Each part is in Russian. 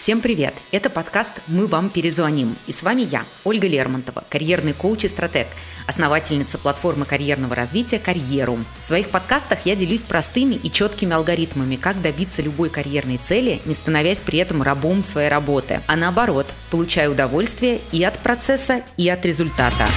Всем привет! Это подкаст «Мы вам перезвоним». И с вами я, Ольга Лермонтова, карьерный коуч и стратег, основательница платформы карьерного развития «Карьерум». В своих подкастах я делюсь простыми и четкими алгоритмами, как добиться любой карьерной цели, не становясь при этом рабом своей работы, а наоборот, получая удовольствие и от процесса, и от результата.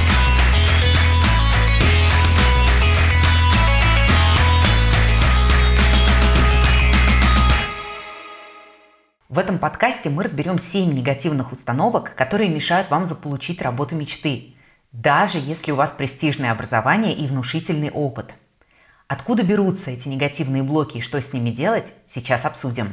В этом подкасте мы разберем 7 негативных установок, которые мешают вам заполучить работу мечты, даже если у вас престижное образование и внушительный опыт. Откуда берутся эти негативные блоки и что с ними делать, сейчас обсудим.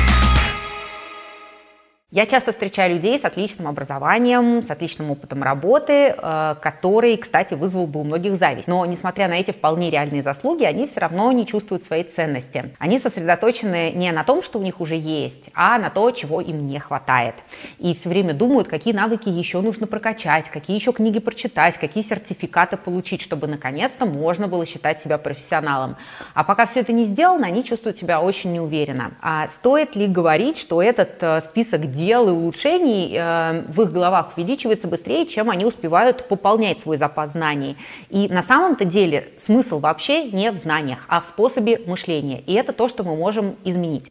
Я часто встречаю людей с отличным образованием, с отличным опытом работы, который, кстати, вызвал бы у многих зависть. Но, несмотря на эти вполне реальные заслуги, они все равно не чувствуют своей ценности. Они сосредоточены не на том, что у них уже есть, а на то, чего им не хватает. И все время думают, какие навыки еще нужно прокачать, какие еще книги прочитать, какие сертификаты получить, чтобы наконец-то можно было считать себя профессионалом. А пока все это не сделано, они чувствуют себя очень неуверенно. А стоит ли говорить, что этот список дел и улучшений в их головах увеличивается быстрее, чем они успевают пополнять свой запас знаний. И на самом-то деле смысл вообще не в знаниях, а в способе мышления. И это то, что мы можем изменить.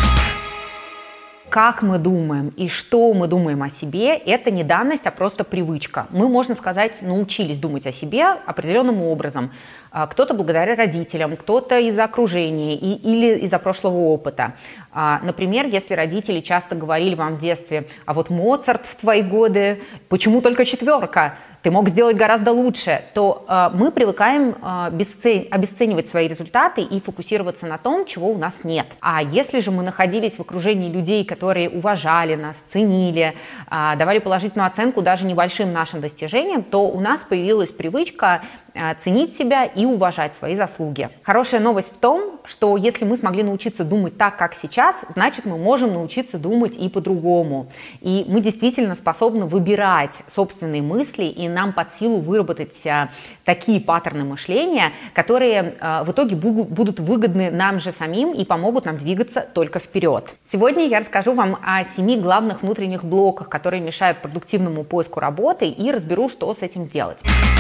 Как мы думаем и что мы думаем о себе, это не данность, а просто привычка. Мы, можно сказать, научились думать о себе определенным образом. Кто-то благодаря родителям, кто-то из-за окружения или из-за прошлого опыта. Например, если родители часто говорили вам в детстве: а вот Моцарт в твои годы, почему только 4? Ты мог сделать гораздо лучше, то мы привыкаем обесценивать свои результаты и фокусироваться на том, чего у нас нет. А если же мы находились в окружении людей, которые уважали нас, ценили, давали положительную оценку даже небольшим нашим достижениям, то у нас появилась привычка ценить себя и уважать свои заслуги. Хорошая новость в том, что если мы смогли научиться думать так, как сейчас, значит, мы можем научиться думать и по-другому. И мы действительно способны выбирать собственные мысли, и нам под силу выработать такие паттерны мышления, которые в итоге будут выгодны нам же самим и помогут нам двигаться только вперед. Сегодня я расскажу вам о 7 главных внутренних блоках, которые мешают продуктивному поиску работы, и разберу, что с этим делать.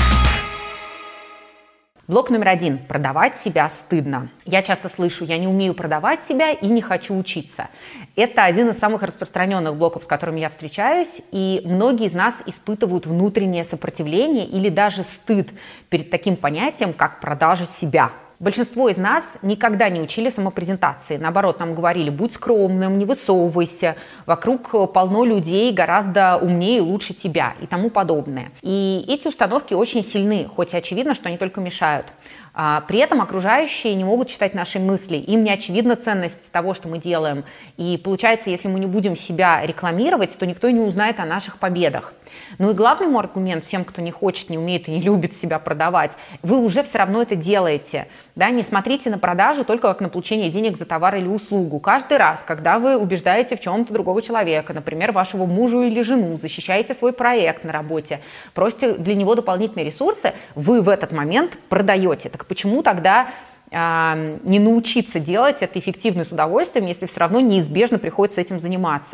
Блок номер 1. Продавать себя стыдно. Я часто слышу: я не умею продавать себя и не хочу учиться. Это один из самых распространенных блоков, с которыми я встречаюсь, и многие из нас испытывают внутреннее сопротивление или даже стыд перед таким понятием, как продажа себя. Большинство из нас никогда не учили самопрезентации. Наоборот, нам говорили: будь скромным, не высовывайся, вокруг полно людей гораздо умнее и лучше тебя и тому подобное. И эти установки очень сильны, хоть и очевидно, что они только мешают. При этом окружающие не могут читать наши мысли, им не очевидна ценность того, что мы делаем. И получается, если мы не будем себя рекламировать, то никто не узнает о наших победах. Ну и главный мой аргумент всем, кто не хочет, не умеет и не любит себя продавать: вы уже все равно это делаете. Да? Не смотрите на продажу только как на получение денег за товар или услугу. Каждый раз, когда вы убеждаете в чем-то другого человека, например, вашего мужа или жену, защищаете свой проект на работе, просите для него дополнительные ресурсы, вы в этот момент продаете. Так почему тогда не научиться делать это эффективно и с удовольствием, если все равно неизбежно приходится этим заниматься?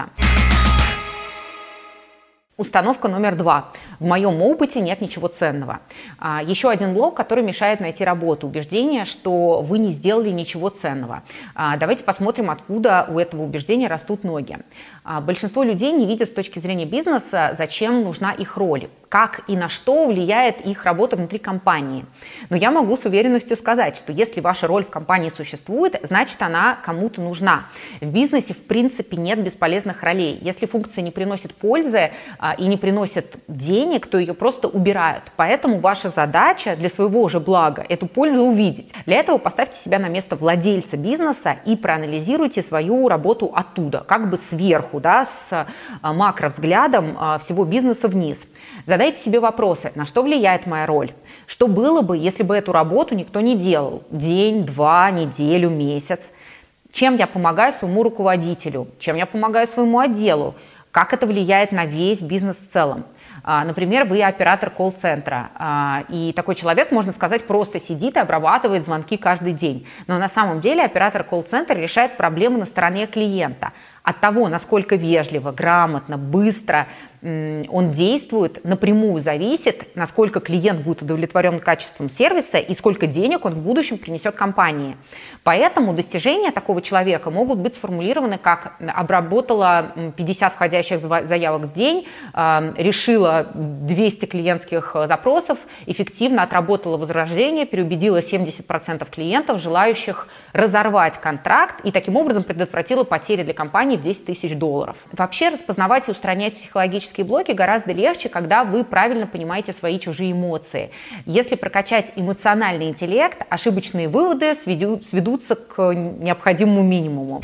Установка номер 2. В моем опыте нет ничего ценного. Еще один блок, который мешает найти работу. Убеждение, что вы не сделали ничего ценного. Давайте посмотрим, откуда у этого убеждения растут ноги. Большинство людей не видят с точки зрения бизнеса, зачем нужна их роль, как и на что влияет их работа внутри компании. Но я могу с уверенностью сказать, что если ваша роль в компании существует, значит, она кому-то нужна. В бизнесе, в принципе, нет бесполезных ролей. Если функция не приносит пользы и не приносит денег, то ее просто убирают. Поэтому ваша задача для своего же блага эту пользу увидеть. Для этого поставьте себя на место владельца бизнеса и проанализируйте свою работу оттуда, как бы сверху, да, с макровзглядом всего бизнеса вниз. Задайте себе вопросы: на что влияет моя роль? Что было бы, если бы эту работу никто не делал? День, 2, неделю, месяц? Чем я помогаю своему руководителю? Чем я помогаю своему отделу? Как это влияет на весь бизнес в целом? Например, вы оператор колл-центра, и такой человек, можно сказать, просто сидит и обрабатывает звонки каждый день. Но на самом деле оператор колл-центра решает проблемы на стороне клиента. От того, насколько вежливо, грамотно, быстро он действует, напрямую зависит, насколько клиент будет удовлетворен качеством сервиса и сколько денег он в будущем принесет компании. Поэтому достижения такого человека могут быть сформулированы как: обработала 50 входящих заявок в день, решила 200 клиентских запросов, эффективно отработала возражения, переубедила 70% клиентов, желающих разорвать контракт, и таким образом предотвратила потери для компании в $10 тысяч. Вообще распознавать и устранять психологические блоки гораздо легче, когда вы правильно понимаете свои чужие эмоции. Если прокачать эмоциональный интеллект, ошибочные выводы сведутся к необходимому минимуму.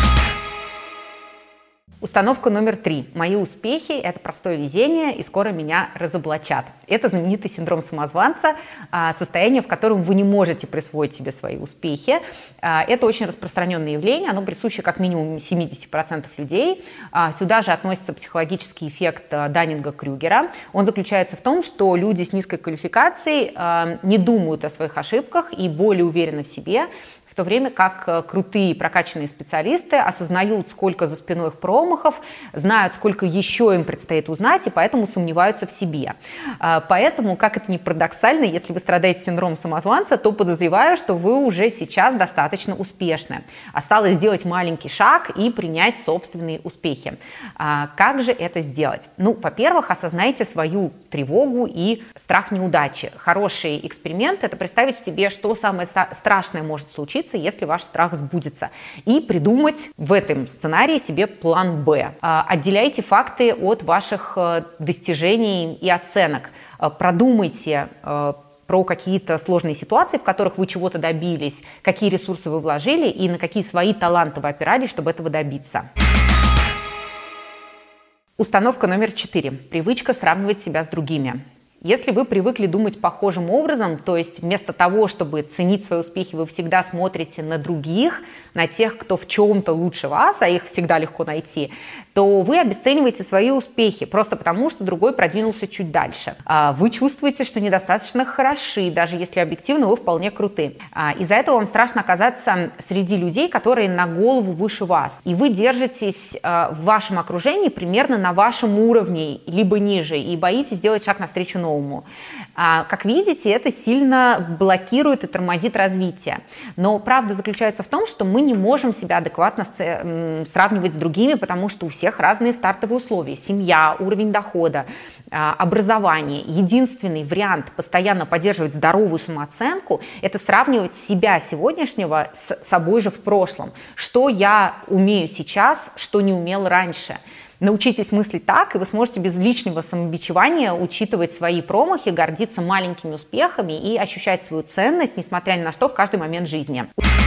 Установка номер 3. Мои успехи – это простое везение, и скоро меня разоблачат. Это знаменитый синдром самозванца, состояние, в котором вы не можете присвоить себе свои успехи. Это очень распространенное явление, оно присуще как минимум 70% людей. Сюда же относится психологический эффект Даннинга-Крюгера. Он заключается в том, что люди с низкой квалификацией не думают о своих ошибках и более уверены в себе, в то время как крутые прокачанные специалисты осознают, сколько за спиной их промахов, знают, сколько еще им предстоит узнать, и поэтому сомневаются в себе. Поэтому, как это ни парадоксально, если вы страдаете синдромом самозванца, то подозреваю, что вы уже сейчас достаточно успешны. Осталось сделать маленький шаг и принять собственные успехи. Как же это сделать? Ну, во-первых, осознайте свою тревогу и страх неудачи. Хороший эксперимент – это представить себе, что самое страшное может случиться, если ваш страх сбудется, и придумать в этом сценарии себе план «Б». Отделяйте факты от ваших достижений и оценок. Продумайте про какие-то сложные ситуации, в которых вы чего-то добились, какие ресурсы вы вложили и на какие свои таланты вы опирались, чтобы этого добиться. Установка номер 4. Привычка сравнивать себя с другими. Если вы привыкли думать похожим образом, то есть вместо того, чтобы ценить свои успехи, вы всегда смотрите на других, на тех, кто в чем-то лучше вас, а их всегда легко найти, то вы обесцениваете свои успехи просто потому, что другой продвинулся чуть дальше. Вы чувствуете, что недостаточно хороши, даже если объективно вы вполне круты. Из-за этого вам страшно оказаться среди людей, которые на голову выше вас. И вы держитесь в вашем окружении примерно на вашем уровне, либо ниже, и боитесь сделать шаг навстречу новому. Как видите, это сильно блокирует и тормозит развитие. Но правда заключается в том, что мы не можем себя адекватно сравнивать с другими, потому что у всех разные стартовые условия. Семья, уровень дохода, образование. Единственный вариант постоянно поддерживать здоровую самооценку – это сравнивать себя сегодняшнего с собой же в прошлом. Что я умею сейчас, что не умел раньше. Научитесь мыслить так, и вы сможете без лишнего самобичевания учитывать свои промахи, гордиться маленькими успехами и ощущать свою ценность, несмотря ни на что, в каждый момент жизни.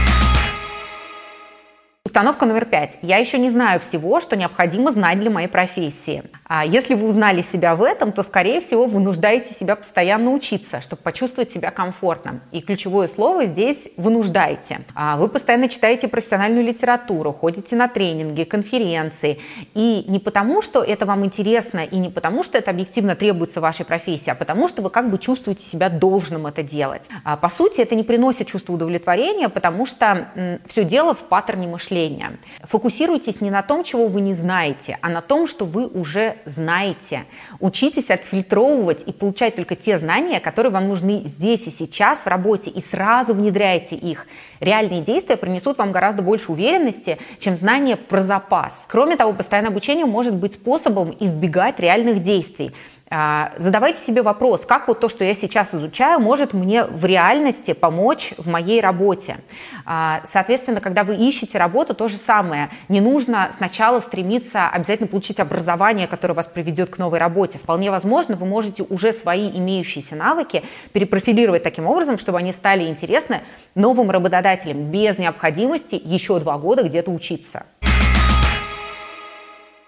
Установка номер 5. Я еще не знаю всего, что необходимо знать для моей профессии. Если вы узнали себя в этом, то, скорее всего, вы нуждаете себя постоянно учиться, чтобы почувствовать себя комфортно. И ключевое слово здесь «вынуждаете». Вы постоянно читаете профессиональную литературу, ходите на тренинги, конференции. И не потому, что это вам интересно, и не потому, что это объективно требуется вашей профессии, а потому, что вы как бы чувствуете себя должным это делать. По сути, это не приносит чувство удовлетворения, потому что все дело в паттерне мышления. Фокусируйтесь не на том, чего вы не знаете, а на том, что вы уже знаете. Учитесь отфильтровывать и получать только те знания, которые вам нужны здесь и сейчас в работе, и сразу внедряйте их. Реальные действия принесут вам гораздо больше уверенности, чем знания про запас. Кроме того, постоянное обучение может быть способом избегать реальных действий. Задавайте себе вопрос, как вот то, что я сейчас изучаю, может мне в реальности помочь в моей работе. Соответственно, когда вы ищете работу, то же самое. Не нужно сначала стремиться обязательно получить образование, которое вас приведет к новой работе. Вполне возможно, вы можете уже свои имеющиеся навыки перепрофилировать таким образом, чтобы они стали интересны новым работодателям без необходимости еще 2 года где-то учиться.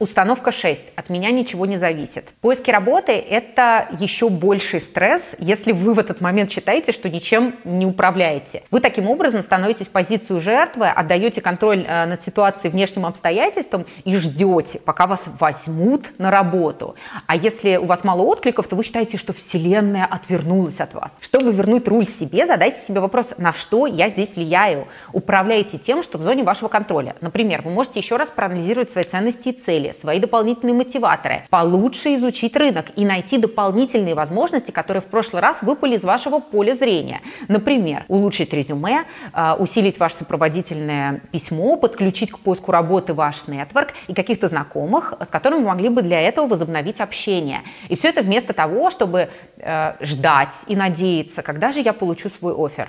Установка 6. От меня ничего не зависит. Поиски работы – это еще больший стресс, если вы в этот момент считаете, что ничем не управляете. Вы таким образом становитесь в позицию жертвы, отдаете контроль над ситуацией внешним обстоятельствам и ждете, пока вас возьмут на работу. А если у вас мало откликов, то вы считаете, что Вселенная отвернулась от вас. Чтобы вернуть руль себе, задайте себе вопрос, на что я здесь влияю. Управляйте тем, что в зоне вашего контроля. Например, вы можете еще раз проанализировать свои ценности и цели, свои дополнительные мотиваторы, получше изучить рынок и найти дополнительные возможности, которые в прошлый раз выпали из вашего поля зрения. Например, улучшить резюме, усилить ваше сопроводительное письмо, подключить к поиску работы ваш нетворк и каких-то знакомых, с которыми вы могли бы для этого возобновить общение. И все это вместо того, чтобы ждать и надеяться, когда же я получу свой оффер.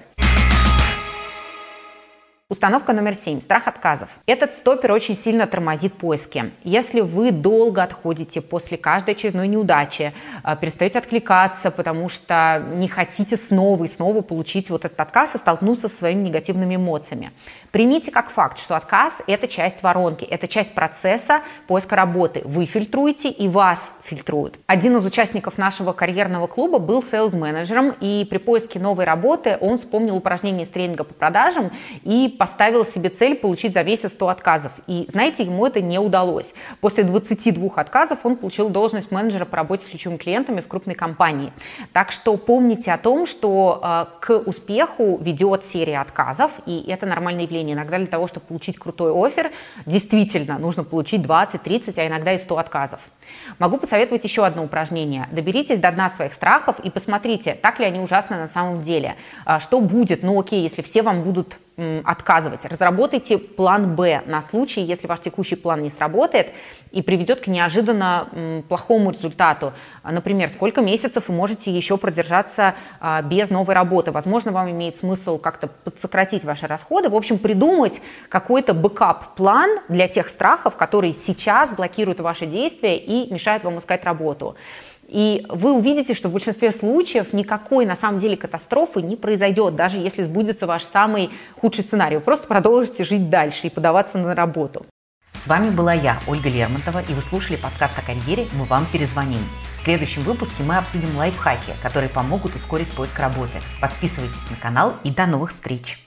Установка номер 7. Страх отказов. Этот стопер очень сильно тормозит поиски. Если вы долго отходите после каждой очередной неудачи, перестаете откликаться, потому что не хотите снова и снова получить вот этот отказ и столкнуться со своими негативными эмоциями, примите как факт, что отказ – это часть воронки, это часть процесса поиска работы. Вы фильтруете и вас фильтруют. Один из участников нашего карьерного клуба был сейлс-менеджером, и при поиске новой работы он вспомнил упражнение из тренинга по продажам и поставил себе цель получить за месяц 100 отказов. И, знаете, ему это не удалось. После 22 отказов он получил должность менеджера по работе с ключевыми клиентами в крупной компании. Так что помните о том, что к успеху ведет серия отказов, и это нормальное явление. Иногда для того, чтобы получить крутой оффер, действительно нужно получить 20, 30, а иногда и 100 отказов. Могу посоветовать еще одно упражнение. Доберитесь до дна своих страхов и посмотрите, так ли они ужасны на самом деле. Что будет, окей, если все вам будут отказывать. Разработайте план «Б» на случай, если ваш текущий план не сработает и приведет к неожиданно плохому результату. Например, сколько месяцев вы можете еще продержаться без новой работы. Возможно, вам имеет смысл как-то подсократить ваши расходы. В общем, придумать какой-то бэкап-план для тех страхов, которые сейчас блокируют ваши действия и мешают вам искать работу. И вы увидите, что в большинстве случаев никакой на самом деле катастрофы не произойдет, даже если сбудется ваш самый худший сценарий. Вы просто продолжите жить дальше и подаваться на работу. С вами была я, Ольга Лермонтова, и вы слушали подкаст о карьере «Мы вам перезвоним». В следующем выпуске мы обсудим лайфхаки, которые помогут ускорить поиск работы. Подписывайтесь на канал и до новых встреч!